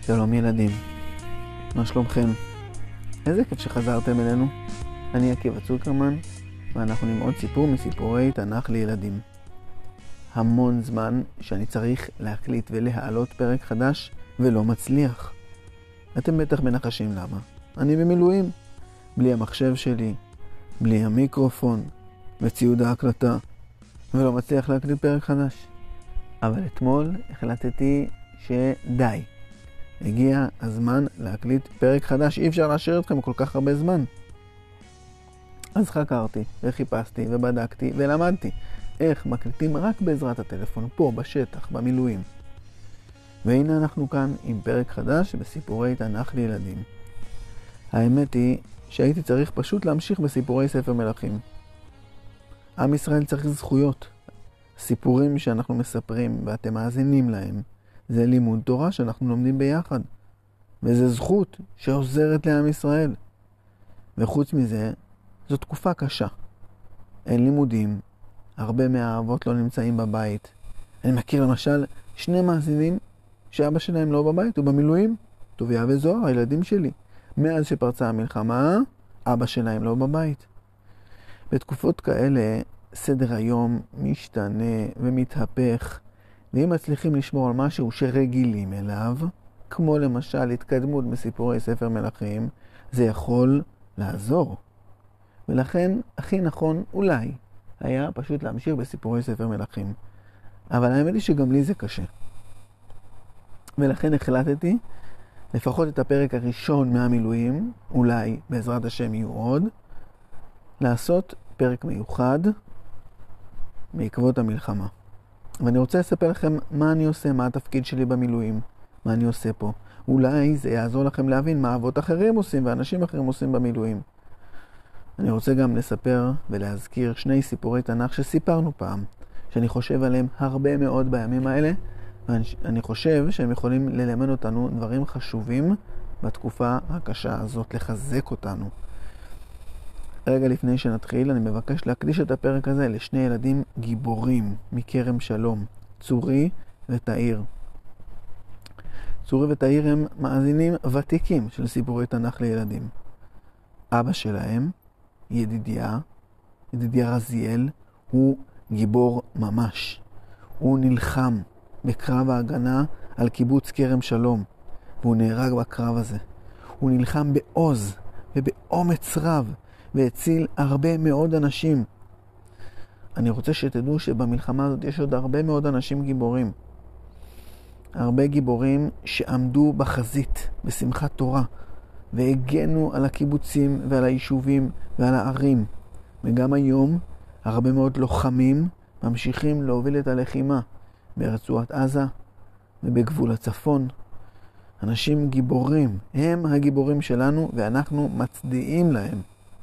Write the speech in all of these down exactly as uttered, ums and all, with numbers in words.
שלום ילדים, מה שלומכם? איזה כיף שחזרתם אלינו. אני עקיבא צוקרמן, ואנחנו עם עוד סיפור מסיפורי תנ"ך לילדים. המון זמן שאני צריך להקליט ולהעלות פרק חדש ולא מצליח. אתם בטח מנחשים למה. אני במילואים, בלי המחשב שלי, בלי המיקרופון וציוד ההקלטה, ולא מצליח להקליט פרק חדש. אבל אתמול החלטתי שדי. הגיע הזמן להקליט פרק חדש, אי אפשר להשאיר אתכם כל כך הרבה זמן. אז חקרתי וחיפשתי ובדקתי ולמדתי איך מקליטים רק בעזרת הטלפון, פה בשטח, במילואים. והנה אנחנו כאן עם פרק חדש בסיפורי תנ"ך לילדים. האמת היא שהייתי צריך פשוט להמשיך בסיפורי ספר מלכים. עם ישראל צריך זכויות. סיפורים שאנחנו מספרים ואתם מאזינים להם, זה לימוד תורה שאנחנו לומדים ביחד. וזה זכות שעוזרת לעם ישראל. וחוץ מזה, זו תקופה קשה. אין לימודים, הרבה מהאבות לא נמצאים בבית. אני מכיר למשל שני מאזינים שאבא שלהם לא בבית, הוא במילואים. טוביה וזוהר, הילדים שלי. מאז שפרצה המלחמה, אבא שלהם לא בבית. בתקופות כאלה, סדר היום משתנה ומתהפך, ואם מצליחים לשמור על משהו שרגילים אליו, כמו למשל התקדמות בסיפורי ספר מלכים, זה יכול לעזור. ולכן הכי נכון אולי היה פשוט להמשיך בסיפורי ספר מלכים. אבל האמת היא שגם לי זה קשה. ולכן החלטתי לפחות את הפרק הראשון מהמילואים, אולי בעזרת השם יהיו עוד, לעשות פרק מיוחד בעקבות המלחמה. ואני רוצה לספר לכם מה אני עושה, מה התפקיד שלי במילואים, מה אני עושה פה. אולי זה יעזור לכם להבין מה אבות אחרים עושים ואנשים אחרים עושים במילואים. אני רוצה גם לספר ולהזכיר שני סיפורי תנ"ך שסיפרנו פעם, שאני חושב עליהם הרבה מאוד בימים האלה, ואני חושב שהם יכולים ללמד אותנו דברים חשובים בתקופה הקשה הזאת, לחזק אותנו. רגע לפני שנתחיל, אני מבקש להקדיש את הפרק הזה לשני ילדים גיבורים מכרם שלום, צורי ותאיר. צורי ותאיר הם מאזינים ותיקים של סיפורי תנ"ך לילדים. אבא שלהם, ידידיה, ידידיה רזיאל, הוא גיבור ממש. הוא נלחם בקרב ההגנה על קיבוץ כרם שלום, והוא נהרג בקרב הזה. הוא נלחם בעוז ובאומץ רב, והציל הרבה מאוד אנשים. אני רוצה שתדעו שבמלחמה הזאת יש עוד הרבה מאוד אנשים גיבורים. הרבה גיבורים שעמדו בחזית בשמחת תורה, והגנו על הקיבוצים ועל היישובים ועל הערים. וגם היום הרבה מאוד לוחמים ממשיכים להוביל את הלחימה ברצועת עזה ובגבול הצפון. אנשים גיבורים, הם הגיבורים שלנו ואנחנו מצדיעים להם.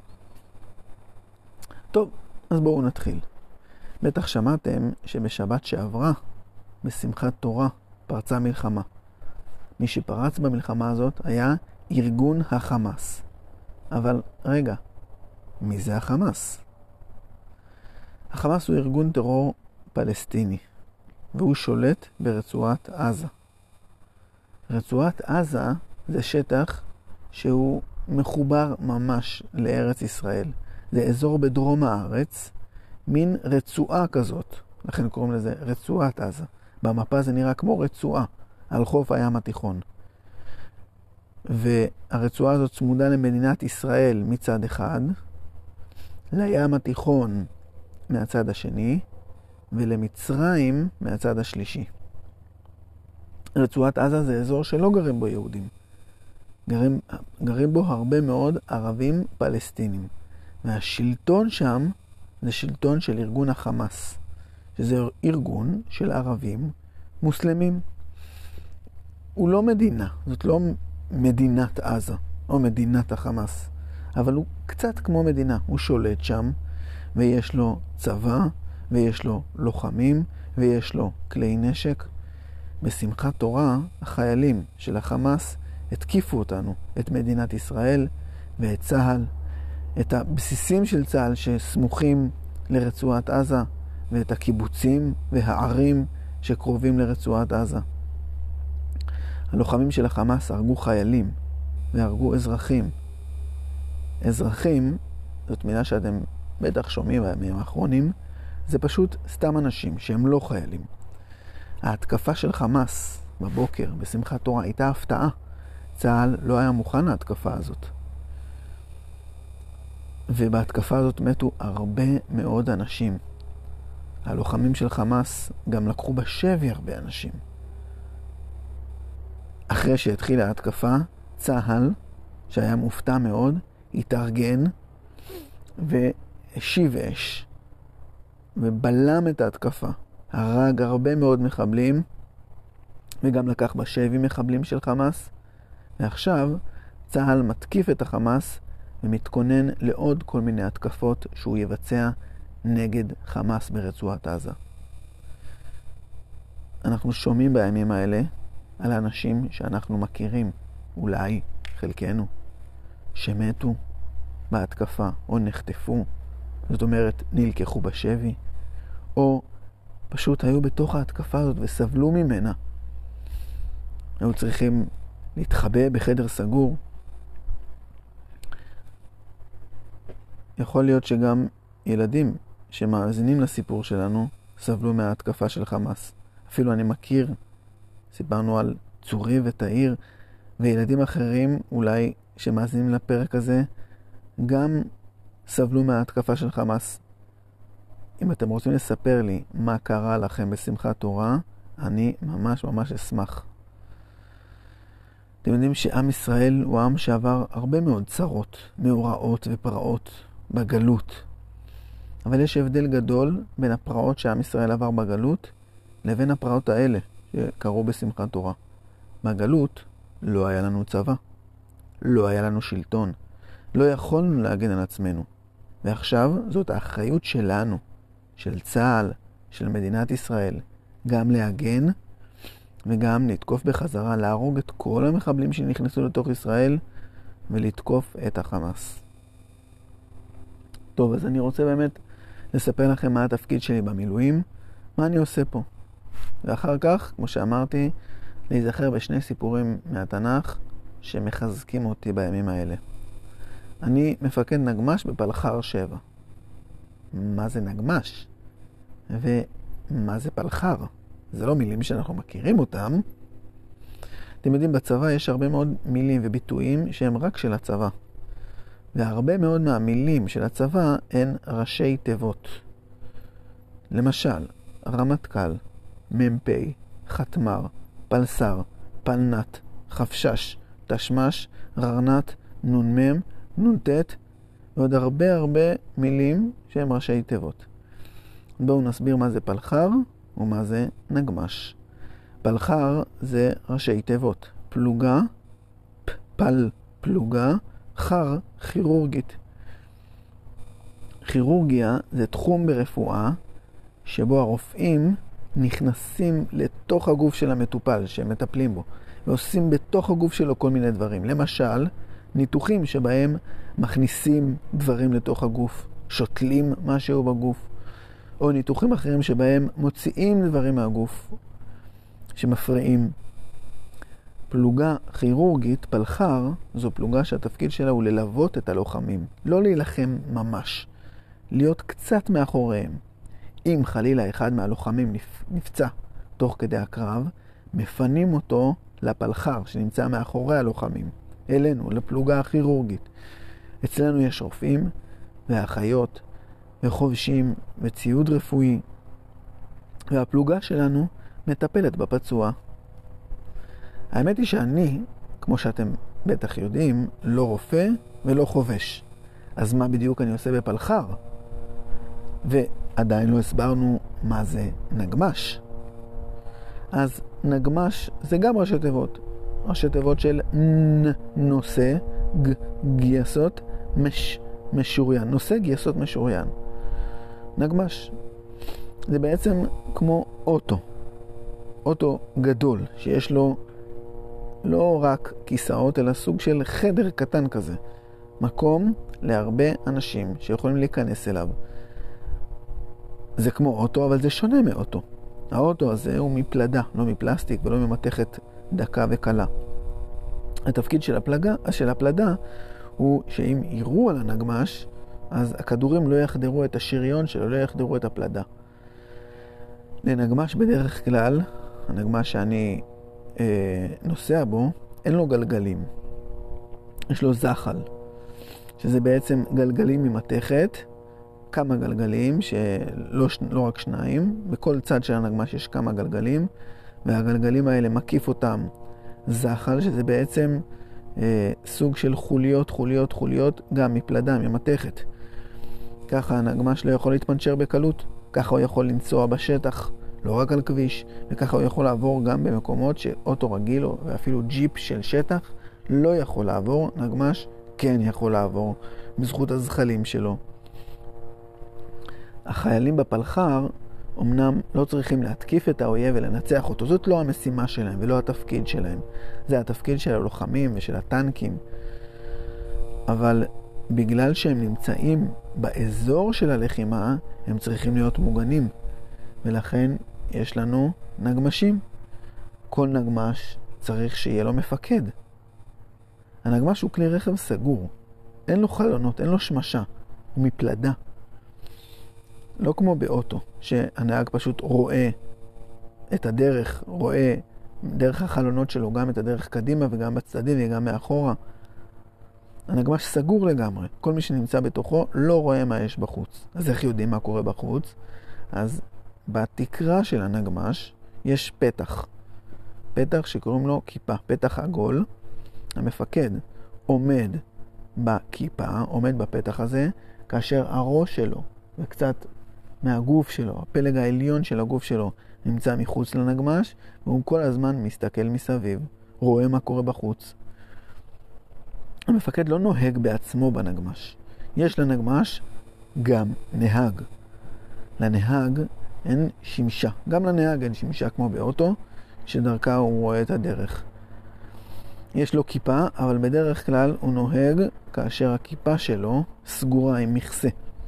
טוב, אז בואו נתחיל. בטח שמעתם שבשבת שעברה, בשמחת תורה, פרצה מלחמה. מי שפרץ במלחמה הזאת היה ארגון החמאס. אבל רגע, מי זה החמאס? החמאס הוא ארגון טרור פלסטיני, והוא שולט ברצועת עזה. רצועת עזה זה שטח שהוא מחובר ממש לארץ ישראל. זה אזור בדרום הארץ, מין רצועה כזאת. לכן קוראים לזה רצועת עזה. במפה זה נראה כמו רצועה על חוף הים התיכון. והרצועה הזאת צמודה למדינת ישראל מצד אחד, לים התיכון מהצד השני, ולמצרים מהצד השלישי. רצועת עזה זה אזור שלא גרים בו יהודים. גרים, גרים בו הרבה מאוד ערבים פלסטינים. והשלטון שם זה שלטון של ארגון החמאס, שזה ארגון של ערבים מוסלמים. הוא לא מדינה, זאת לא מדינת עזה או מדינת החמאס, אבל הוא קצת כמו מדינה. הוא שולט שם ויש לו צבא ויש לו לוחמים ויש לו כלי נשק. בשמחת תורה החיילים של החמאס התקיפו אותנו, את מדינת ישראל ואת צה"ל, את הבסיסים של צה"ל שסמוכים לרצועת עזה, ואת הקיבוצים והערים שקרובים לרצועת עזה. הלוחמים של החמאס הרגו חיילים והרגו אזרחים. אזרחים, זאת מילה שאתם בטח שומעים בימים האחרונים, זה פשוט סתם אנשים שהם לא חיילים. ההתקפה של חמאס בבוקר בשמחת תורה הייתה הפתעה. צה"ל לא היה מוכן להתקפה הזאת. ובהתקפה הזאת מתו הרבה מאוד אנשים. הלוחמים של חמאס גם לקחו בשבי הרבה אנשים. אחרי שהתחילה ההתקפה, צה"ל, שהיה מופתע מאוד, התארגן והשיב אש ובלם את ההתקפה. הרג הרבה מאוד מחבלים וגם לקח בשבי מחבלים של חמאס. ועכשיו צה"ל מתקיף את החמאס ומתכונן לעוד כל מיני התקפות שהוא יבצע נגד חמאס ברצועת עזה. אנחנו שומעים בימים האלה על האנשים שאנחנו מכירים, אולי חלקנו, שמתו בהתקפה או נחטפו, זאת אומרת נלקחו בשבי, או פשוט היו בתוך ההתקפה הזאת וסבלו ממנה. היו צריכים להתחבא בחדר סגור. יכול להיות שגם ילדים שמאזינים לסיפור שלנו סבלו מההתקפה של חמאס. אפילו אני מכיר, סיפרנו על צורי ותאיר, וילדים אחרים אולי שמאזינים לפרק הזה גם סבלו מההתקפה של חמאס. אם אתם רוצים לספר לי מה קרה לכם בשמחת תורה, אני ממש ממש אשמח. אתם יודעים שעם ישראל הוא עם שעבר הרבה מאוד צרות, מאורעות ופרעות בגלות. אבל יש הבדל גדול בין הפרעות שעם ישראל עבר בגלות לבין הפרעות האלה שקרו בשמחת תורה. בגלות לא היה לנו צבא, לא היה לנו שלטון, לא יכולנו להגן על עצמנו. ועכשיו זאת האחריות שלנו, של צה"ל, של מדינת ישראל, גם להגן וגם לתקוף בחזרה, להרוג את כל המחבלים שנכנסו לתוך ישראל ולתקוף את החמאס. טוב, אז אני רוצה באמת לספר לכם מה התפקיד שלי במילואים, מה אני עושה פה. ואחר כך, כמו שאמרתי, להיזכר בשני סיפורים מהתנ"ך שמחזקים אותי בימים האלה. אני מפקד נגמש בפלחר שבע. מה זה נגמש? ומה זה פלחר? זה לא מילים שאנחנו מכירים אותם. אתם יודעים, בצבא יש הרבה מאוד מילים וביטויים שהם רק של הצבא. והרבה מאוד מהמילים של הצבא הן ראשי תיבות. למשל, רמטכ"ל, מ"פ, חתמר, פלסר, פלנט, חפשש, תשמש, ררנט, נ"מ, נ"ט, ועוד הרבה הרבה מילים שהם ראשי תיבות. בואו נסביר מה זה פלחר ומה זה נגמש. פלחר זה ראשי תיבות. פלוגה, פ, פל, פלוגה, חר, כירורגית. כירורגיה זה תחום ברפואה שבו הרופאים נכנסים לתוך הגוף של המטופל שהם מטפלים בו, ועושים בתוך הגוף שלו כל מיני דברים. למשל, ניתוחים שבהם מכניסים דברים לתוך הגוף, שותלים משהו בגוף, או ניתוחים אחרים שבהם מוציאים דברים מהגוף שמפריעים. פלוגה כירורגית, פלחר, זו פלוגה שהתפקיד שלה הוא ללוות את הלוחמים, לא להילחם ממש, להיות קצת מאחוריהם. אם חלילה אחד מהלוחמים נפצע תוך כדי הקרב, מפנים אותו לפלחר שנמצא מאחורי הלוחמים, אלינו, לפלוגה הכירורגית. אצלנו יש רופאים ואחיות וחובשים וציוד רפואי, והפלוגה שלנו מטפלת בפצוע. האמת היא שאני, כמו שאתם בטח יודעים, לא רופא ולא חובש. אז מה בדיוק אני עושה בפלחר? ועדיין לא הסברנו מה זה נגמש. אז נגמש זה גם ראשי תיבות. ראשי תיבות של נ, נושא, ג, גייסות, מש, משוריין. נושא, גייסות, משוריין. נגמש. זה בעצם כמו אוטו. אוטו גדול, שיש לו לא רק כיסאות, אלא סוג של חדר קטן כזה. מקום להרבה אנשים שיכולים להיכנס אליו. זה כמו אוטו, אבל זה שונה מאוטו. האוטו הזה הוא מפלדה, לא מפלסטיק ולא ממתכת דקה וקלה. התפקיד של הפלגה, של הפלדה הוא שאם יראו על הנגמש, אז הכדורים לא יחדרו את השריון שלו, לא יחדרו את הפלדה. לנגמש בדרך כלל, הנגמש שאני אה, נוסע בו, אין לו גלגלים. יש לו זחל, שזה בעצם גלגלים ממתכת, כמה גלגלים, שלא לא רק שניים, בכל צד של הנגמש יש כמה גלגלים, והגלגלים האלה מקיף אותם זחל, שזה בעצם אה, סוג של חוליות, חוליות, חוליות, גם מפלדה, ממתכת. ככה הנגמש לא יכול להתפנצ'ר בקלות, ככה הוא יכול לנסוע בשטח, לא רק על כביש, וככה הוא יכול לעבור גם במקומות שאוטו רגיל ואפילו ג'יפ של שטח לא יכול לעבור, נגמש כן יכול לעבור בזכות הזחלים שלו. החיילים בפלחר אמנם לא צריכים להתקיף את האויב ולנצח אותו, זאת לא המשימה שלהם ולא התפקיד שלהם. זה התפקיד של הלוחמים ושל הטנקים. אבל בגלל שהם נמצאים באזור של הלחימה, הם צריכים להיות מוגנים. ולכן יש לנו נגמשים. כל נגמש צריך שיהיה לו מפקד. הנגמש הוא כלי רכב סגור. אין לו חלונות, אין לו שמשה. הוא מפלדה. לא כמו באוטו, שהנהג פשוט רואה את הדרך, רואה דרך החלונות שלו גם את הדרך קדימה וגם בצדדים וגם מאחורה. הנגמש סגור לגמרי. כל מי שנמצא בתוכו לא רואה מה יש בחוץ. אז איך יודעים מה קורה בחוץ? אז בתקרה של הנגמש יש פתח. פתח שקוראים לו כיפה, פתח עגול. המפקד עומד בכיפה, עומד בפתח הזה, כאשר הראש שלו וקצת מהגוף שלו, הפלג העליון של הגוף שלו נמצא מחוץ לנגמש, והוא כל הזמן מסתכל מסביב, רואה מה קורה בחוץ. המפקד לא נוהג בעצמו בנגמש. יש לנגמש גם נהג. לנהג אין שמשה. גם לנהג אין שמשה כמו באוטו, שדרכה הוא רואה את הדרך. יש לו כיפה, אבל בדרך כלל הוא נוהג כאשר הכיפה שלו סגורה עם מכסה.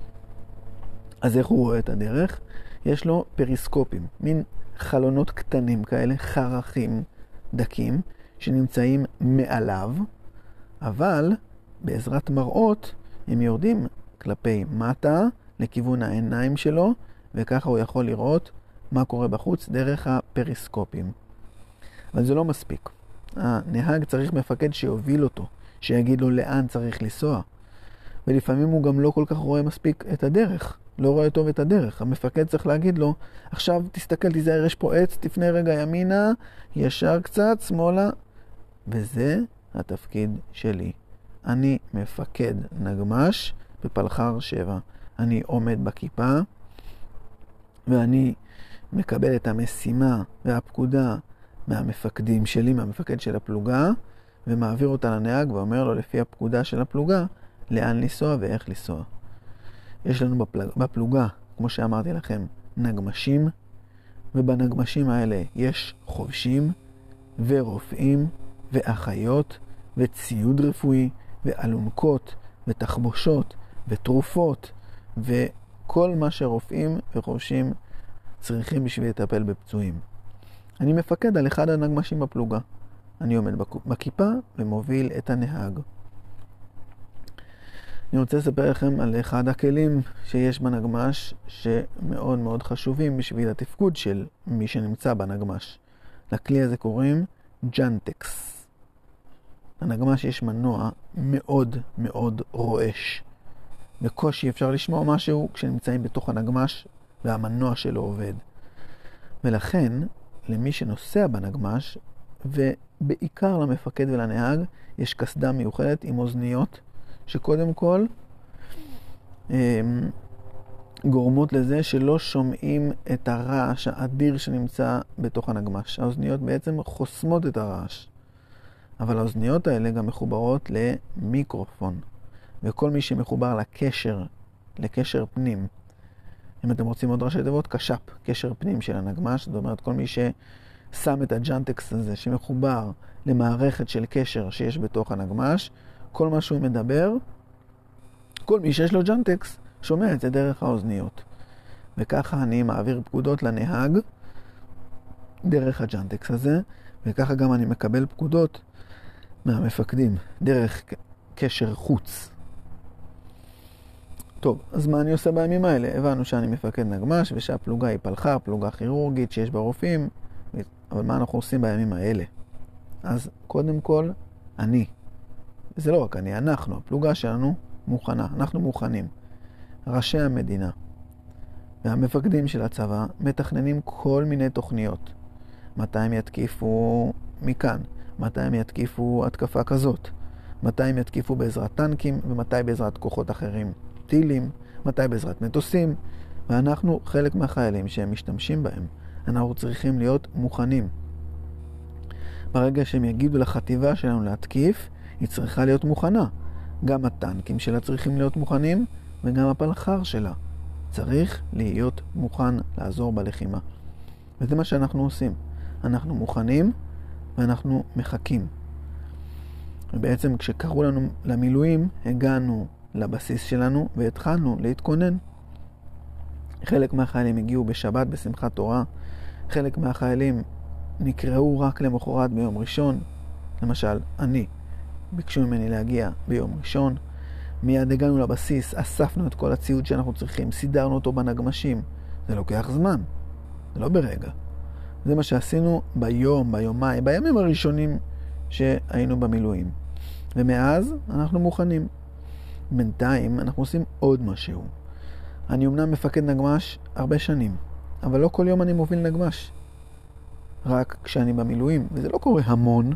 אז איך הוא רואה את הדרך? יש לו פריסקופים, מין חלונות קטנים כאלה, חרכים דקים, שנמצאים מעליו, אבל בעזרת מראות הם יורדים כלפי מטה לכיוון העיניים שלו, וככה הוא יכול לראות מה קורה בחוץ דרך הפריסקופים. אבל זה לא מספיק. הנהג צריך מפקד שיוביל אותו, שיגיד לו לאן צריך לנסוע. ולפעמים הוא גם לא כל כך רואה מספיק את הדרך, לא רואה טוב את הדרך. המפקד צריך להגיד לו, עכשיו תסתכל, תיזהר, יש פה עץ, תפנה רגע ימינה, ישר קצת, שמאלה. וזה התפקיד שלי. אני מפקד נגמש בפלחר שבע. אני עומד בכיפה, ואני מקבל את המשימה והפקודה מהמפקדים שלי, מהמפקד של הפלוגה, ומעביר אותה לנהג ואומר לו לפי הפקודה של הפלוגה, לאן לנסוע ואיך לנסוע. יש לנו בפלוג... בפלוגה, כמו שאמרתי לכם, נגמשים, ובנגמשים האלה יש חובשים ורופאים ואחיות וציוד רפואי ואלונקות ותחבושות ותרופות וכל מה שרופאים וחובשים צריכים בשביל לטפל בפצועים. אני מפקד על אחד הנגמשים בפלוגה. אני עומד בכיפה ומוביל את הנהג. אני רוצה לספר לכם על אחד הכלים שיש בנגמש שמאוד מאוד חשובים בשביל התפקוד של מי שנמצא בנגמש. לכלי הזה קוראים ג'נטקס. לנגמש יש מנוע מאוד מאוד רועש. בקושי אפשר לשמוע משהו כשנמצאים בתוך הנגמש והמנוע שלו עובד. ולכן למי שנוסע בנגמש, ובעיקר למפקד ולנהג, יש קסדה מיוחדת עם אוזניות, שקודם כל גורמות לזה שלא שומעים את הרעש האדיר שנמצא בתוך הנגמש. האוזניות בעצם חוסמות את הרעש. אבל האוזניות האלה גם מחוברות למיקרופון. וכל מי שמחובר לקשר, לקשר פנים, אם אתם רוצים עוד ראשי תיבות, קש"פ, קשר פנים של הנגמש, זאת אומרת כל מי ששם את הג'נטקס הזה שמחובר למערכת של קשר שיש בתוך הנגמש, כל מה שהוא מדבר, כל מי שיש לו ג'נטקס שומע את זה דרך האוזניות. וככה אני מעביר פקודות לנהג דרך הג'נטקס הזה, וככה גם אני מקבל פקודות מהמפקדים, דרך קשר חוץ. טוב, אז מה אני עושה בימים האלה? הבנו שאני מפקד נגמ"ש ושהפלוגה היא פלחה, פלוגה כירורגית שיש בה רופאים, אבל מה אנחנו עושים בימים האלה? אז קודם כל, אני. זה לא רק אני, אנחנו, הפלוגה שלנו מוכנה, אנחנו מוכנים. ראשי המדינה והמפקדים של הצבא מתכננים כל מיני תוכניות. מתי הם יתקיפו מכאן, מתי הם יתקיפו התקפה כזאת, מתי הם יתקיפו בעזרת טנקים ומתי בעזרת כוחות אחרים, טילים, מתי בעזרת מטוסים, ואנחנו חלק מהחיילים שהם משתמשים בהם. אנחנו צריכים להיות מוכנים. ברגע שהם יגידו לחטיבה שלנו להתקיף, היא צריכה להיות מוכנה. גם הטנקים שלה צריכים להיות מוכנים, וגם הפלחר שלה צריך להיות מוכן לעזור בלחימה. וזה מה שאנחנו עושים. אנחנו מוכנים ואנחנו מחכים. ובעצם כשקראו לנו למילואים, הגענו לבסיס שלנו והתחלנו להתכונן. חלק מהחיילים הגיעו בשבת בשמחת תורה, חלק מהחיילים נקראו רק למחרת ביום ראשון. למשל, אני, ביקשו ממני להגיע ביום ראשון. מיד הגענו לבסיס, אספנו את כל הציוד שאנחנו צריכים, סידרנו אותו בנגמשים. זה לוקח זמן, זה לא ברגע. זה מה שעשינו ביום, ביומיים, בימים הראשונים שהיינו במילואים. ומאז אנחנו מוכנים. בינתיים אנחנו עושים עוד משהו. אני אמנם מפקד נגמש הרבה שנים, אבל לא כל יום אני מוביל נגמש. רק כשאני במילואים, וזה לא קורה המון,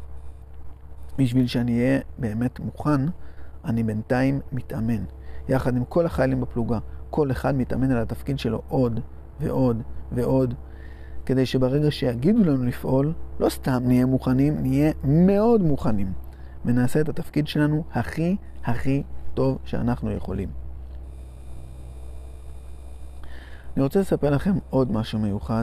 בשביל שאני אהיה באמת מוכן, אני בינתיים מתאמן. יחד עם כל החיילים בפלוגה, כל אחד מתאמן על התפקיד שלו עוד ועוד ועוד, כדי שברגע שיגידו לנו לפעול, לא סתם נהיה מוכנים, נהיה מאוד מוכנים. ונעשה את התפקיד שלנו הכי הכי טוב שאנחנו יכולים. אני רוצה לספר לכם עוד משהו מיוחד,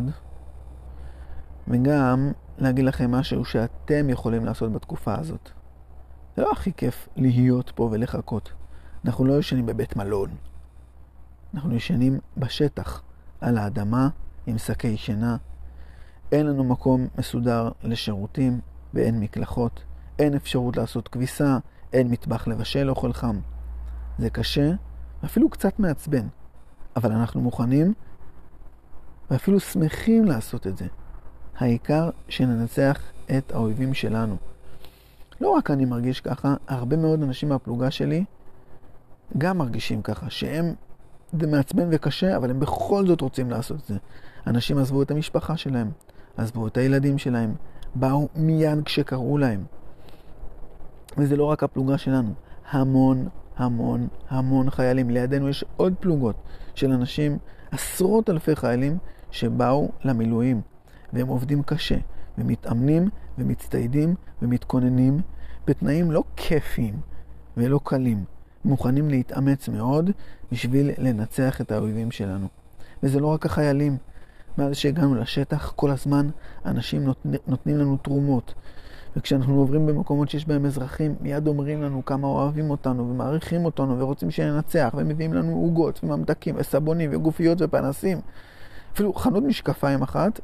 וגם להגיד לכם משהו שאתם יכולים לעשות בתקופה הזאת. זה לא הכי כיף להיות פה ולחכות. אנחנו לא ישנים בבית מלון. אנחנו ישנים בשטח, על האדמה, עם שקי שינה. אין לנו מקום מסודר לשירותים, ואין מקלחות. אין אפשרות לעשות כביסה, אין מטבח לבשל אוכל חם. זה קשה, אפילו קצת מעצבן. אבל אנחנו מוכנים, ואפילו שמחים לעשות את זה. העיקר שננצח את האויבים שלנו. לא רק אני מרגיש ככה, הרבה מאוד אנשים מהפלוגה שלי גם מרגישים ככה, שהם, זה מעצבן וקשה, אבל הם בכל זאת רוצים לעשות את זה. אנשים עזבו את המשפחה שלהם, עזבו את הילדים שלהם, באו מיד כשקראו להם. וזה לא רק הפלוגה שלנו, המון, המון, המון חיילים. לידינו יש עוד פלוגות של אנשים, עשרות אלפי חיילים שבאו למילואים, והם עובדים קשה, ומתאמנים, ומצטיידים, ומתכוננים, בתנאים לא כיפיים ולא קלים. מוכנים להתאמץ מאוד בשביל לנצח את האויבים שלנו. וזה לא רק החיילים. מאז שהגענו לשטח, כל הזמן אנשים נותנים, נותנים לנו תרומות. וכשאנחנו עוברים במקומות שיש בהם אזרחים, מיד אומרים לנו כמה אוהבים אותנו ומעריכים אותנו ורוצים שננצח, ומביאים לנו עוגות וממתקים וסבונים וגופיות ופנסים. אפילו חנות משקפיים אחת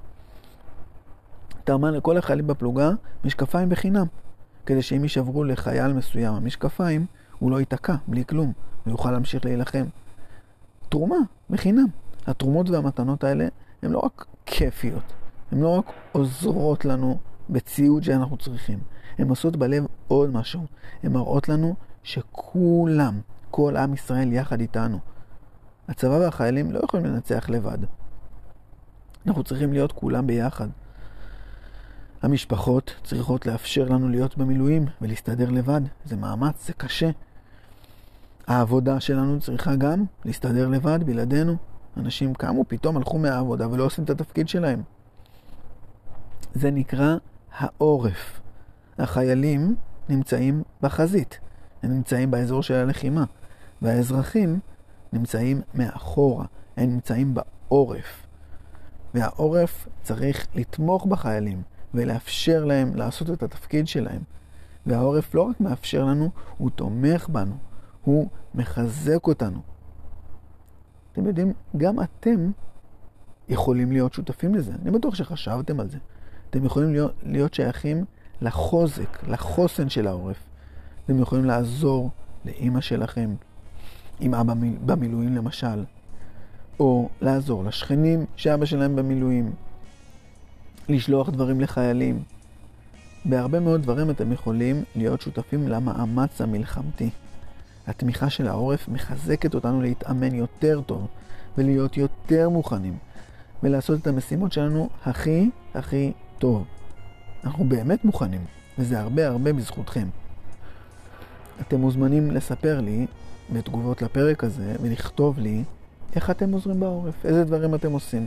תרמה לכל החיילים בפלוגה משקפיים בחינם, כדי שאם ישברו לחייל מסוים המשקפיים, הוא לא ייתקע בלי כלום, הוא יוכל להמשיך להילחם. תרומה בחינם. התרומות והמתנות האלה הן לא רק כיפיות, הן לא רק עוזרות לנו בציוד שאנחנו צריכים, הן עושות בלב עוד משהו. הן מראות לנו שכולם, כל עם ישראל יחד איתנו. הצבא והחיילים לא יכולים לנצח לבד. אנחנו צריכים להיות כולם ביחד. המשפחות צריכות לאפשר לנו להיות במילואים ולהסתדר לבד. זה מאמץ, זה קשה. העבודה שלנו צריכה גם להסתדר לבד בלעדינו. אנשים קמו, פתאום הלכו מהעבודה ולא עושים את התפקיד שלהם. זה נקרא העורף. החיילים נמצאים בחזית. הם נמצאים באזור של הלחימה. והאזרחים נמצאים מאחורה. הם נמצאים בעורף. והעורף צריך לתמוך בחיילים ולאפשר להם לעשות את התפקיד שלהם. והעורף לא רק מאפשר לנו, הוא תומך בנו. הוא מחזק אותנו. אתם יודעים, גם אתם יכולים להיות שותפים לזה. אני בטוח שחשבתם על זה. אתם יכולים להיות, להיות שייכים לחוזק, לחוסן של העורף. אתם יכולים לעזור לאמא שלכם, עם אבא במילואים למשל, או לעזור לשכנים שאבא שלהם במילואים, לשלוח דברים לחיילים. בהרבה מאוד דברים אתם יכולים להיות שותפים למאמץ המלחמתי. התמיכה של העורף מחזקת אותנו להתאמן יותר טוב, ולהיות יותר מוכנים, ולעשות את המשימות שלנו הכי הכי טוב. אנחנו באמת מוכנים, וזה הרבה הרבה בזכותכם. אתם מוזמנים לספר לי בתגובות לפרק הזה, ולכתוב לי איך אתם עוזרים בעורף, איזה דברים אתם עושים.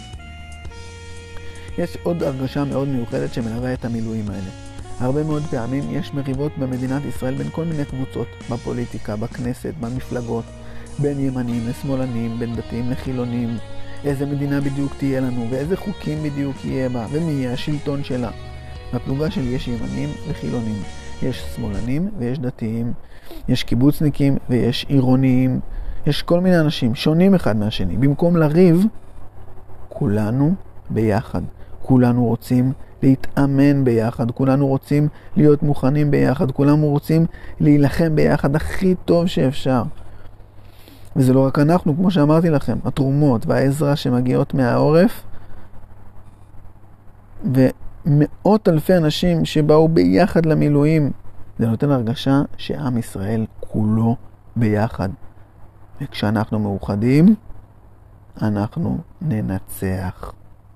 יש עוד הרגשה מאוד מיוחדת שמלווה את המילואים האלה. הרבה מאוד פעמים יש מריבות במדינת ישראל בין כל מיני קבוצות, בפוליטיקה, בכנסת, במפלגות, בין ימנים לשמאלנים, בין דתיים לחילונים, איזה מדינה בדיוק תהיה לנו, ואיזה חוקים בדיוק יהיה בה, ומי יהיה השלטון שלה. בפלוגה שלי יש ימנים וחילונים, יש שמאלנים ויש דתיים, יש קיבוצניקים ויש עירוניים, יש כל מיני אנשים שונים אחד מהשני. במקום לריב, כולנו ביחד. כולנו רוצים להתאמן ביחד, כולנו רוצים להיות מוכנים ביחד, כולנו רוצים להילחם ביחד הכי טוב שאפשר. וזה לא רק אנחנו, כמו שאמרתי לכם, התרומות והעזרה שמגיעות מהעורף, ומאות אלפי אנשים שבאו ביחד למילואים, זה נותן הרגשה שעם ישראל כולו ביחד. וכשאנחנו מאוחדים, אנחנו ננצח.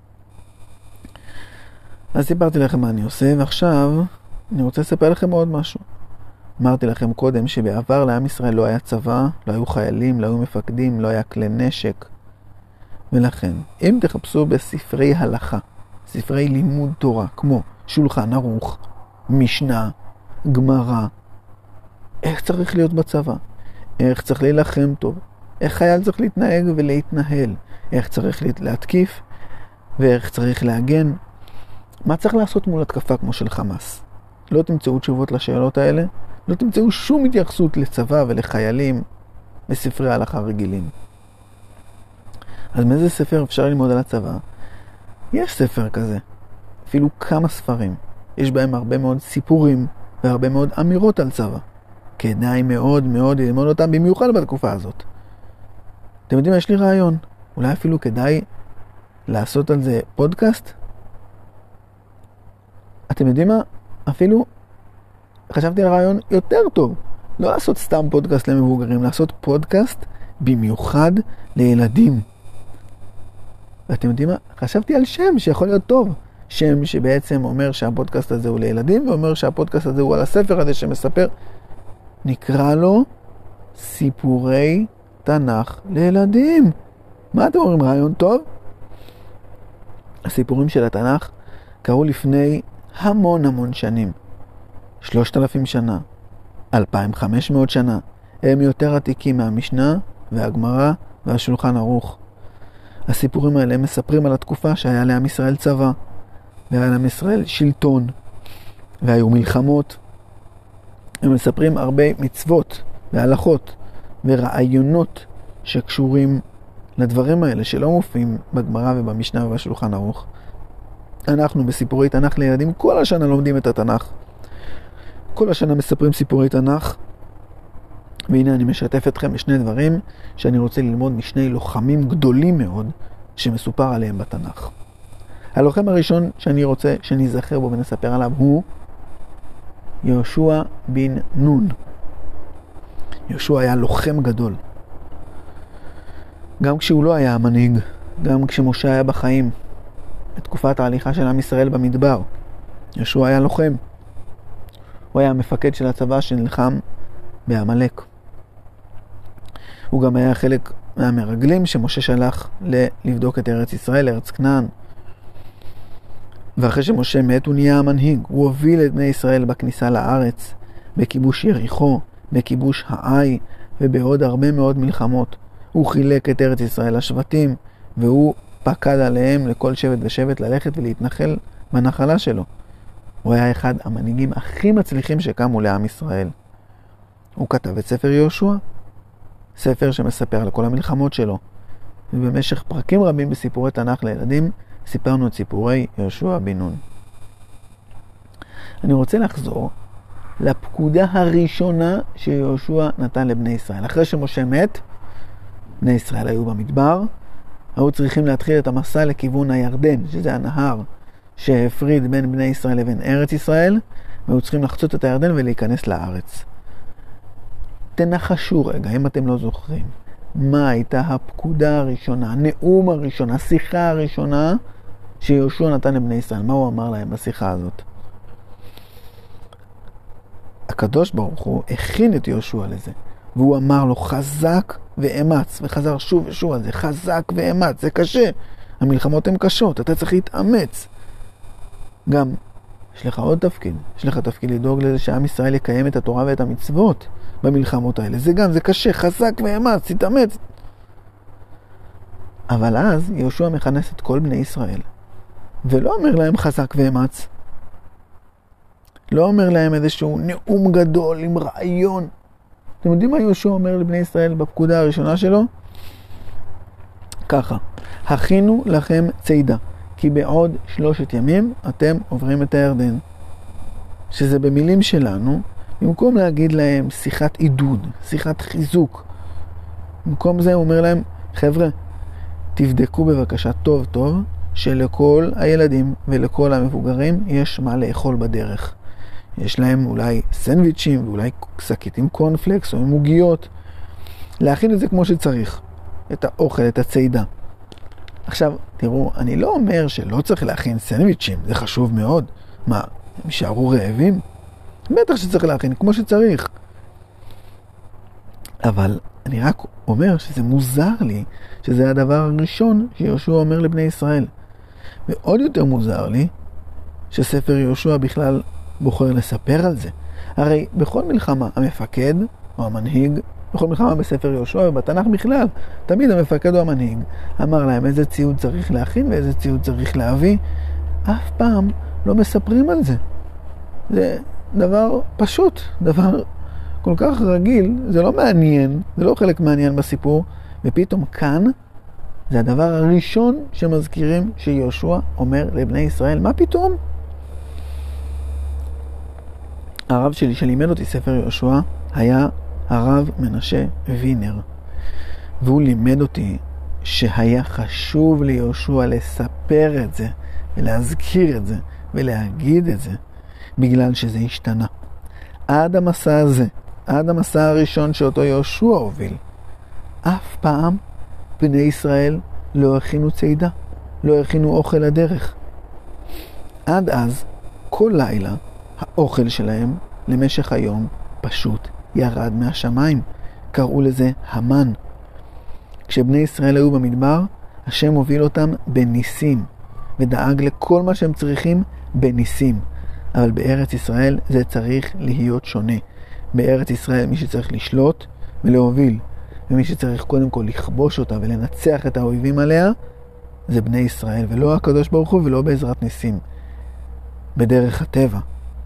אז סיפרתי לכם מה אני עושה, ועכשיו אני רוצה לספר לכם עוד משהו. אמרתי לכם קודם שבעבר לעם ישראל לא היה צבא, לא היו חיילים, לא היו מפקדים, לא היה כלי נשק. ולכן, אם תחפשו בספרי הלכה, ספרי לימוד תורה, כמו שולחן ערוך, משנה, גמרא, איך צריך להיות בצבא, איך צריך להילחם טוב, איך חייל צריך להתנהג ולהתנהל, איך צריך להתקיף ואיך צריך להגן, מה צריך לעשות מול התקפה כמו של חמאס. לא תמצאו תשובות לשאלות האלה, לא תמצאו שום התייחסות לצבא ולחיילים בספרי ההלכה רגילים. אז מאיזה ספר אפשר ללמוד על הצבא? יש ספר כזה, אפילו כמה ספרים. יש בהם הרבה מאוד סיפורים והרבה מאוד אמירות על צבא. כדאי מאוד מאוד ללמוד אותם, במיוחד בתקופה הזאת. אתם יודעים, יש לי רעיון. אולי אפילו כדאי לעשות על זה פודקאסט? אתם יודעים מה? אפילו חשבתי על רעיון יותר טוב. לא לעשות סתם פודקאסט למבוגרים, לעשות פודקאסט במיוחד לילדים. ואתם יודעים מה? חשבתי על שם שיכול להיות טוב. שם שבעצם אומר שהפודקאסט הזה הוא לילדים, ואומר שהפודקאסט הזה הוא על הספר הזה שמספר. נקרא לו סיפורי תנ"ך לילדים. מה אתם אומרים? רעיון טוב? הסיפורים של התנ"ך קרו לפני המון המון שנים. שלושת אלפים שנה, אלפיים וחמש מאות שנה. הם יותר עתיקים מהמשנה והגמרא והשולחן ערוך. הסיפורים האלה מספרים על התקופה שהיה לעם ישראל צבא, והיה לעם ישראל שלטון, והיו מלחמות. הם מספרים הרבה מצוות והלכות ורעיונות שקשורים לדברים האלה שלא מופיעים בגמרא ובמשנה ובשולחן ערוך. אנחנו בסיפורי תנ"ך לילדים כל השנה לומדים את התנ"ך. כל השנה מספרים סיפורי תנ"ך. והנה אני משתף אתכם בשני דברים שאני רוצה ללמוד משני לוחמים גדולים מאוד שמסופר עליהם בתנ"ך. הלוחם הראשון שאני רוצה שנזכר בו ונספר עליו הוא יהושע בן נון. יהושע היה לוחם גדול. גם כשהוא לא היה המנהיג, גם כשמשה היה בחיים, בתקופת ההליכה של עם ישראל במדבר, יהושע היה לוחם. הוא היה המפקד של הצבא שנלחם בעמלק. הוא גם היה חלק מהמרגלים שמשה שלח לבדוק את ארץ ישראל, ארץ כנען. ואחרי שמשה מת הוא נהיה המנהיג. הוא הוביל את בני ישראל בכניסה לארץ, בכיבוש יריחו, בכיבוש העי ובעוד הרבה מאוד מלחמות. הוא חילק את ארץ ישראל לשבטים, והוא פקד עליהם לכל שבט ושבט ללכת ולהתנחל בנחלה שלו. הוא היה אחד המנהיגים הכי מצליחים שקמו לעם ישראל. הוא כתב את ספר יהושע, ספר שמספר על כל המלחמות שלו. ובמשך פרקים רבים בסיפורי תנ"ך לילדים, סיפרנו את סיפורי יהושע בן נון. אני רוצה לחזור לפקודה הראשונה שיהושע נתן לבני ישראל. אחרי שמשה מת, בני ישראל היו במדבר, היו צריכים להתחיל את המסע לכיוון הירדן, שזה הנהר שהפריד בין בני ישראל לבין ארץ ישראל, והיו צריכים לחצות את הירדן ולהיכנס לארץ. תנחשו רגע, אם אתם לא זוכרים, מה הייתה הפקודה הראשונה, הנאום הראשון, השיחה הראשונה שיהושע נתן לבני ישראל? מה הוא אמר להם בשיחה הזאת? הקדוש ברוך הוא הכין את יהושע לזה, והוא אמר לו חזק ואמץ, וחזר שוב ושוב על זה, חזק ואמץ, זה קשה, המלחמות הן קשות, אתה צריך להתאמץ. גם, יש לך עוד תפקיד, יש לך תפקיד לדאוג לזה שעם ישראל יקיים את התורה ואת המצוות במלחמות האלה, זה גם, זה קשה, חזק ואמץ, תתאמץ. אבל אז יהושע מכנס את כל בני ישראל, ולא אומר להם חזק ואמץ, לא אומר להם איזשהו נאום גדול עם רעיון. אתם יודעים מה יהושע אומר לבני ישראל בפקודה הראשונה שלו? ככה, הכינו לכם צידה, כי בעוד שלושת ימים אתם עוברים את הירדן. שזה במילים שלנו, במקום להגיד להם שיחת עידוד, שיחת חיזוק, במקום זה הוא אומר להם, חבר'ה, תבדקו בבקשה טוב טוב, שלכל הילדים ולכל המבוגרים יש מה לאכול בדרך. יש להם אולי סנדוויצ'ים ואולי שקית עם קורנפלקס או עם עוגיות. להכין את זה כמו שצריך. את האוכל, את הצידה. עכשיו, תראו, אני לא אומר שלא צריך להכין סנדוויצ'ים, זה חשוב מאוד. מה, הם יישארו רעבים? בטח שצריך להכין כמו שצריך. אבל אני רק אומר שזה מוזר לי, שזה הדבר הראשון שיהושע אומר לבני ישראל. ועוד יותר מוזר לי, שספר יהושע בכלל בוחר לספר על זה. הרי בכל מלחמה המפקד או המנהיג, בכל מלחמה בספר יהושע ובתנ"ך בכלל, תמיד המפקד או המנהיג אמר להם איזה ציוד צריך להכין ואיזה ציוד צריך להביא. אף פעם לא מספרים על זה. זה דבר פשוט, דבר כל כך רגיל, זה לא מעניין, זה לא חלק מעניין בסיפור, ופתאום כאן זה הדבר הראשון שמזכירים שיהושע אומר לבני ישראל. מה פתאום? הרב שלי שלימד אותי ספר יהושע היה הרב מנשה וינר, והוא לימד אותי שהיה חשוב ליהושע לספר את זה ולהזכיר את זה ולהגיד את זה, בגלל שזה השתנה. עד המסע הזה, עד המסע הראשון שאותו יהושע הוביל, אף פעם בני ישראל לא הכינו צידה, לא הכינו אוכל לדרך. עד אז, כל לילה, האוכל שלהם למשך היום פשוט ירד מהשמיים. קראו לזה המן. כשבני ישראל היו במדבר, השם הוביל אותם בניסים, ודאג לכל מה שהם צריכים בניסים. אבל בארץ ישראל זה צריך להיות שונה. בארץ ישראל מי שצריך לשלוט ולהוביל, ומי שצריך קודם כל לכבוש אותה ולנצח את האויבים עליה, זה בני ישראל, ולא הקדוש ברוך הוא ולא בעזרת ניסים, בדרך הטבע.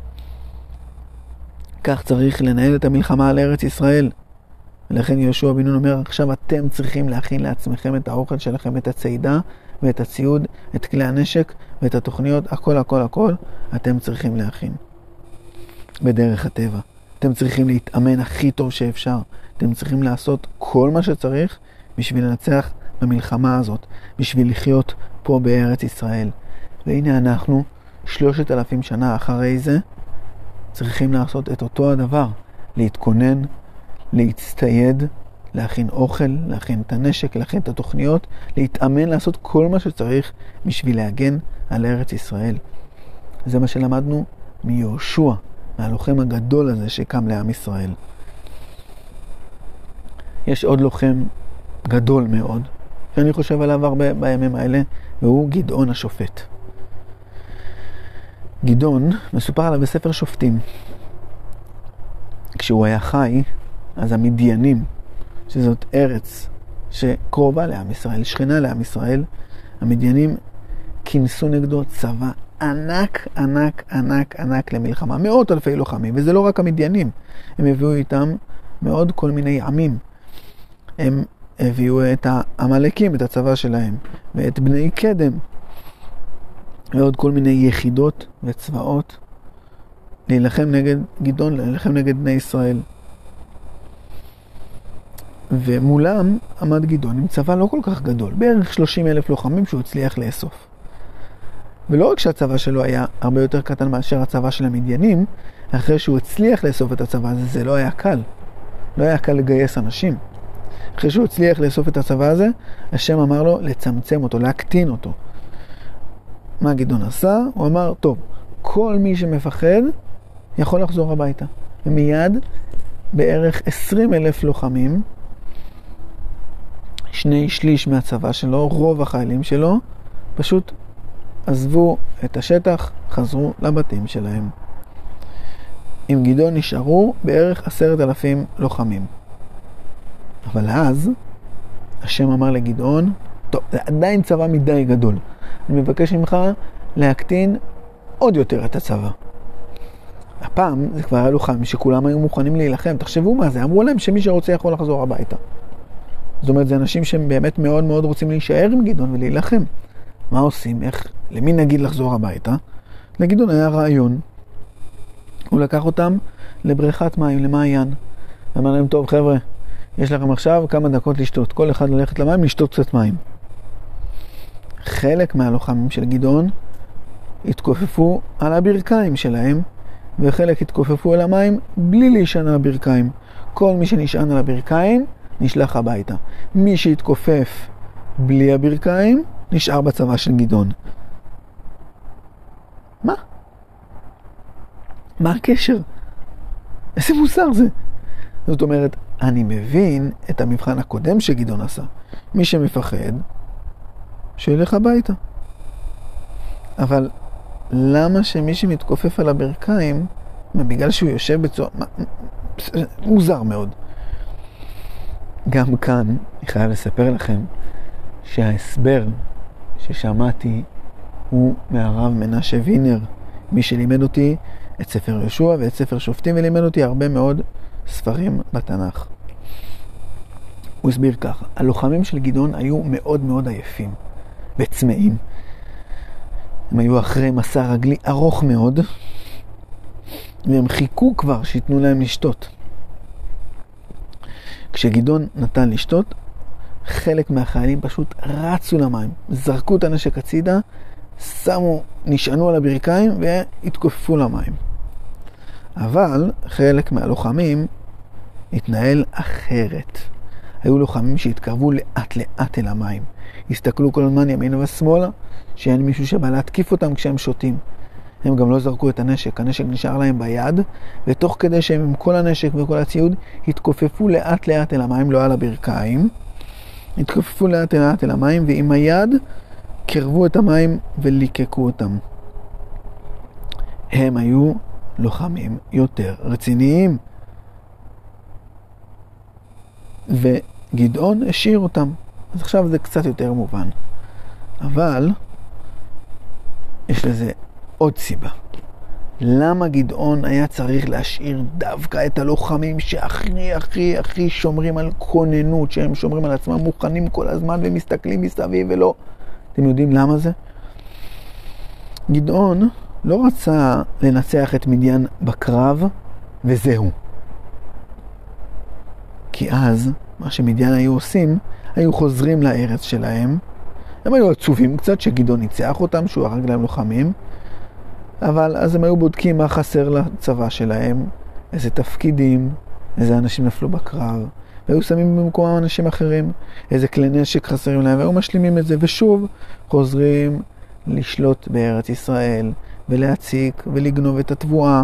כך צריך לנהל את המלחמה על ארץ ישראל. ולכן יהושע בן נון אומר, עכשיו אתם צריכים להכין לעצמכם את האוכל שלכם, את הצידה ואת הציוד, את כלי הנשק ואת התוכניות, הכל הכל הכל אתם צריכים להכין בדרך הטבע. אתם צריכים להתאמן הכי טוב שאפשר. אתם צריכים לעשות כל מה שצריך בשביל לנצח במלחמה הזאת, בשביל לחיות פה בארץ ישראל. והנה אנחנו, שלושת אלפים שנה אחרי זה, צריכים לעשות את אותו הדבר, להתכונן, להצטייד, להכין אוכל, להכין את הנשק, להכין את התוכניות, להתאמן, לעשות כל מה שצריך בשביל להגן על ארץ ישראל. זה מה שלמדנו מיהושע, מהלוחם הגדול הזה שקם לעם ישראל. יש עוד לוחם גדול מאוד, שאני חושב עליו הרבה בימים האלה, והוא גדעון השופט. גדעון, מסופר עליו בספר שופטים. כשהוא היה חי, אז המדיינים, שזאת ארץ שקרובה לעם ישראל, שכנה לעם ישראל, המדיינים כינסו נגדו צבא ענק, ענק, ענק, ענק למלחמה. מאות אלפי לוחמים, וזה לא רק המדיינים. הם הביאו איתם מאוד כל מיני עמים. הם הביאו את העמלקים, את הצבא שלהם, ואת בני קדם, ועוד כל מיני יחידות וצבאות. להילחם נגד גדעון, להילחם נגד בני ישראל. ומולם עמד גדעון עם צבא לא כל כך גדול, בערך שלושים אלף לוחמים שהוא הצליח לאסוף. ולא רק שהצבא שלו היה הרבה יותר קטן מאשר הצבא של המדיינים, אחרי שהוא הצליח לאסוף את הצבא הזה, זה לא היה קל. לא היה קל לגייס אנשים. אחרי שהוא הצליח לאסוף את הצבא הזה, השם אמר לו לצמצם אותו, להקטין אותו. מה גדעון עשה? הוא אמר, טוב, כל מי שמפחד יכול לחזור הביתה. ומיד בערך עשרים אלף לוחמים, שני שליש מהצבא שלו, רוב החיילים שלו, פשוט עזבו את השטח, חזרו לבתים שלהם. עם גדעון נשארו בערך עשרת אלפים לוחמים. אבל אז השם אמר לגדעון, טוב, זה עדיין צבא מדי גדול. אני מבקש ממך להקטין עוד יותר את הצבא. הפעם זה כבר היה לוחמים שכולם היו מוכנים להילחם. תחשבו מה זה, אמרו להם שמי שרוצה יכול לחזור הביתה. זאת אומרת, זה אנשים שהם באמת מאוד מאוד רוצים להישאר עם גדעון ולהילחם. מה עושים? איך? למי נגיד לחזור הביתה? לגדעון היה רעיון. הוא לקח אותם לבריכת מים, למעיין. אמר להם, טוב חבר'ה, יש לכם עכשיו כמה דקות לשתות. כל אחד ללכת למים, לשתות קצת מים. חלק מהלוחמים של גדעון התכופפו על הברכיים שלהם, וחלק התכופפו על המים בלי להישען על הברכיים. כל מי שנשען על הברכיים נשלח הביתה. מי שהתכופף בלי הברכיים נשאר בצבא של גדעון. מה? מה הקשר? איזה מוסר זה? זאת אומרת, אני מבין את המבחן הקודם שגדעון עשה. מי שמפחד, שילך הביתה. אבל למה שמי שמתכופף על הברכיים, בגלל שהוא יושב בצורה... מוזר מאוד. גם כאן, אני חייב לספר לכם, שההסבר ששמעתי הוא מהרב מנשה וינר, מי שלימד אותי את ספר יהושע ואת ספר שופטים, ולימד אותי הרבה מאוד ספרים בתנ"ך. הוא הסביר ככה, הלוחמים של גדעון היו מאוד מאוד עייפים וצמאים. הם היו אחרי מסע רגלי ארוך מאוד, והם חיכו כבר שיתנו להם לשתות. כשגדעון נתן לשתות, חלק מהחיילים פשוט רצו למים, זרקו את הנשק הצידה, שמו, נשענו על הברכיים והתכופפו למים. אבל חלק מהלוחמים התנהל אחרת. היו לוחמים שהתקרבו לאט לאט אל המים. הסתכלו כל הזמן ימינה ושמאלה, שאין מישהו שבא להתקיף אותם כשהם שותים. הם גם לא זרקו את הנשק, הנשק נשאר להם ביד, ותוך כדי שהם עם כל הנשק וכל הציוד, התכופפו לאט לאט אל המים, לא על הברכיים, התכופפו לאט לאט אל המים, ועם היד קרבו את המים וליקקו אותם. הם היו לוחמים יותר רציניים. וגדעון השאיר אותם. אז עכשיו זה קצת יותר מובן. אבל יש לזה עוד סיבה. למה גדעון היה צריך להשאיר דווקא את הלוחמים שהכי הכי הכי שומרים על כוננות, שהם שומרים על עצמם, מוכנים כל הזמן ומסתכלים מסביב ולא... אתם יודעים למה זה? גדעון לא רצה לנצח את מדיין בקרב וזהו. כי אז מה שמדיין היו עושים, היו חוזרים לארץ שלהם. הם היו עצובים קצת שגדעון ניצח אותם, שהוא הרג להם לוחמים. אבל אז הם היו בודקים מה חסר לצבא שלהם, איזה תפקידים, איזה אנשים נפלו בקרב, והיו שמים במקומם אנשים אחרים, איזה כלי נשק חסרים להם, והיו משלימים את זה, ושוב חוזרים לשלוט בארץ ישראל, ולהציק ולגנוב את התבואה,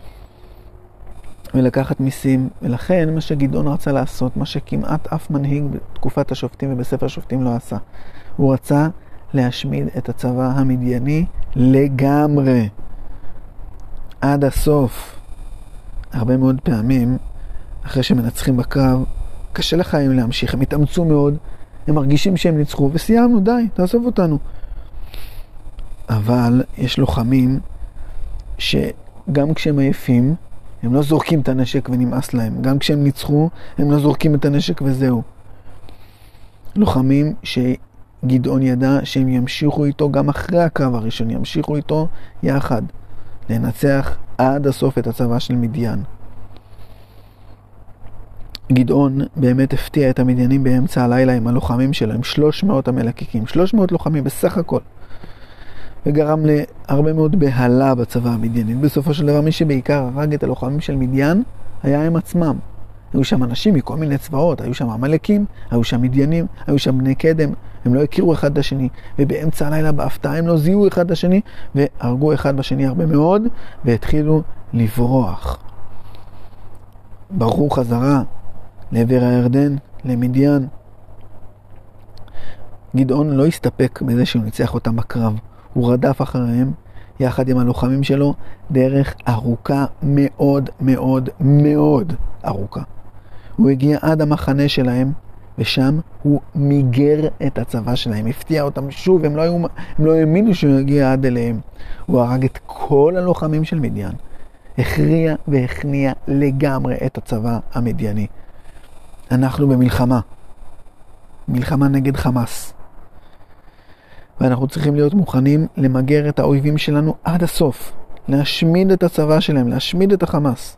ולקחת מיסים. ולכן מה שגדעון רצה לעשות, מה שכמעט אף מנהיג בתקופת השופטים ובספר השופטים לא עשה, הוא רצה להשמיד את הצבא המדייני לגמרי, עד הסוף. הרבה מאוד פעמים, אחרי שמנצחים בקרב, קשה לחיים להמשיך, הם התאמצו מאוד, הם מרגישים שהם ניצחו, וסיימנו, די, תעזוב אותנו. אבל יש לוחמים שגם כשהם עייפים, הם לא זורקים את הנשק ונמאס להם. גם כשהם ניצחו, הם לא זורקים את הנשק וזהו. לוחמים שגדעון ידע שהם ימשיכו איתו גם אחרי הקרב הראשון, ימשיכו איתו יחד, לנצח עד הסוף את הצבא של מדיין. גדעון באמת הפתיע את המדיינים באמצע הלילה עם הלוחמים שלו, עם שלוש מאות המלקיקים, שלוש מאות לוחמים בסך הכל. וגרם להרבה מאוד בהלה בצבא המדייני. בסופו של דבר מי שבעיקר הרג את הלוחמים של מדיין היה הם עצמם. היו שם אנשים מכל מיני צבאות, היו שם המלקים, היו שם מדיינים, היו שם בני קדם, הם לא הכירו אחד את השני, ובאמצע הלילה בהפתעה הם לא זיהו אחד את השני, והרגו אחד בשני הרבה מאוד, והתחילו לברוח. ברחו חזרה לעבר הירדן, למדיין. גדעון לא הסתפק בזה שהוא ניצח אותם בקרב, הוא רדף אחריהם, יחד עם הלוחמים שלו, דרך ארוכה מאוד מאוד מאוד ארוכה. הוא הגיע עד המחנה שלהם, ושם הוא מיגר את הצבא שלהם, הפתיע אותם שוב, הם לא, היו, הם לא האמינו שהוא יגיע עד אליהם. הוא הרג את כל הלוחמים של מדיין, הכריע והכניע לגמרי את הצבא המדייני. אנחנו במלחמה, מלחמה נגד חמאס. ואנחנו צריכים להיות מוכנים למגר את האויבים שלנו עד הסוף, להשמיד את הצבא שלהם, להשמיד את החמאס.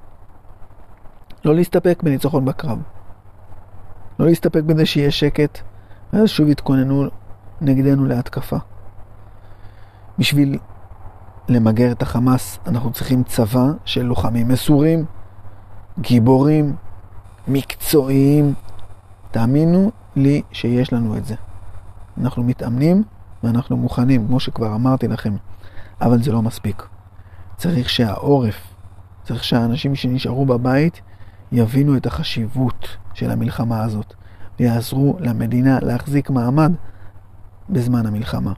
לא להסתפק בניצחון בקרב. לא להסתפק בזה שיהיה שקט, ואז שוב יתכוננו נגדנו להתקפה. בשביל למגר את החמאס, אנחנו צריכים צבא של לוחמים מסורים, גיבורים, מקצועיים. תאמינו לי שיש לנו את זה. אנחנו מתאמנים ואנחנו מוכנים, כמו שכבר אמרתי לכם, אבל זה לא מספיק. צריך שהעורף, צריך שהאנשים שנשארו בבית יבינו את החשיבות של המלחמה הזאת, ויעזרו למדינה להחזיק מעמד בזמן המלחמה.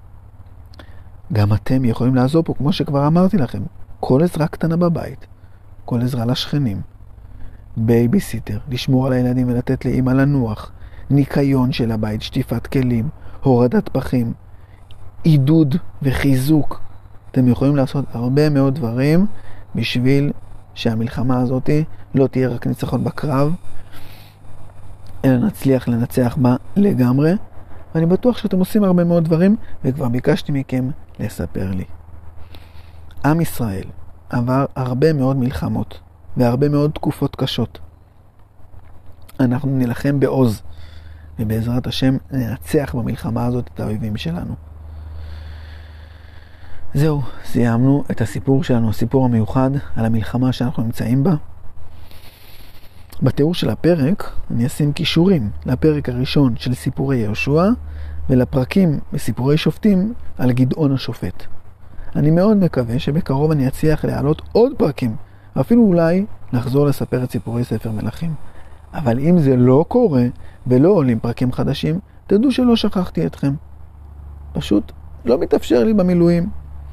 גם אתם יכולים לעזור פה, כמו שכבר אמרתי לכם, כל עזרה קטנה בבית, כל עזרה לשכנים, בייביסיטר, לשמור על הילדים ולתת לאמא לנוח, ניקיון של הבית, שטיפת כלים, הורדת פחים, עידוד וחיזוק. אתם יכולים לעשות הרבה מאוד דברים בשביל שהמלחמה הזאת לא תהיה רק ניצחון בקרב, אלא נצליח לנצח בה לגמרי. ואני בטוח שאתם עושים הרבה מאוד דברים, וכבר ביקשתי מכם לספר לי. עם ישראל עבר הרבה מאוד מלחמות והרבה מאוד תקופות קשות. אנחנו נלחם בעוז, ובעזרת השם ננצח במלחמה הזאת את האויבים שלנו. זהו, סיימנו את הסיפור שלנו, הסיפור המיוחד על המלחמה שאנחנו נמצאים בה. בתיאור של הפרק אני אשים קישורים לפרק הראשון של סיפורי יהושע, ולפרקים בסיפורי שופטים על גדעון השופט. אני מאוד מקווה שבקרוב אני אצליח להעלות עוד פרקים, אפילו אולי לחזור לספר את סיפורי ספר מלכים. אבל אם זה לא קורה ולא עולים פרקים חדשים, תדעו שלא שכחתי אתכם. פשוט לא מתאפשר לי במילואים.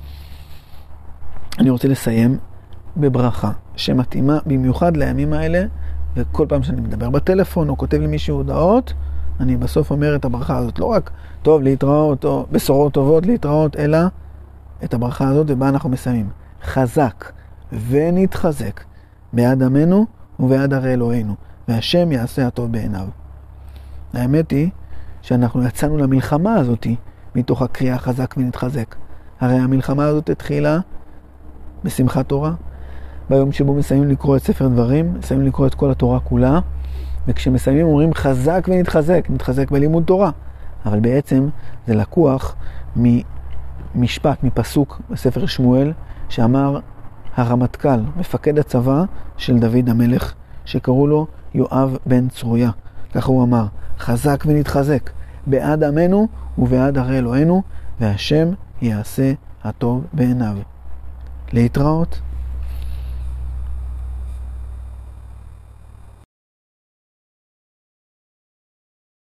אני רוצה לסיים בברכה שמתאימה במיוחד לימים האלה, וכל פעם שאני מדבר בטלפון או כותב למישהו הודעות, אני בסוף אומר את הברכה הזאת, לא רק טוב להתראות או בשורות טובות להתראות, אלא את הברכה הזאת ובה אנחנו מסיימים. חזק ונתחזק בעד עמנו ובעד הרי אלוהינו, והשם יעשה הטוב בעיניו. האמת היא שאנחנו יצאנו למלחמה הזאת מתוך הקריאה חזק ונתחזק. הרי המלחמה הזאת התחילה בשמחת תורה, ביום שבו מסיימים לקרוא את ספר דברים, מסיימים לקרוא את כל התורה כולה, וכשמסיימים אומרים חזק ונתחזק, נתחזק בלימוד תורה. אבל בעצם זה לקוח ממשפט, מפסוק בספר שמואל, שאמר הרמטכ"ל, מפקד הצבא של דוד המלך, שקראו לו יואב בן צרויה. ככה הוא אמר, חזק ונתחזק בעד עמנו ובעד הרי אלוהינו, והשם יעשה הטוב בעיניו. להתראות.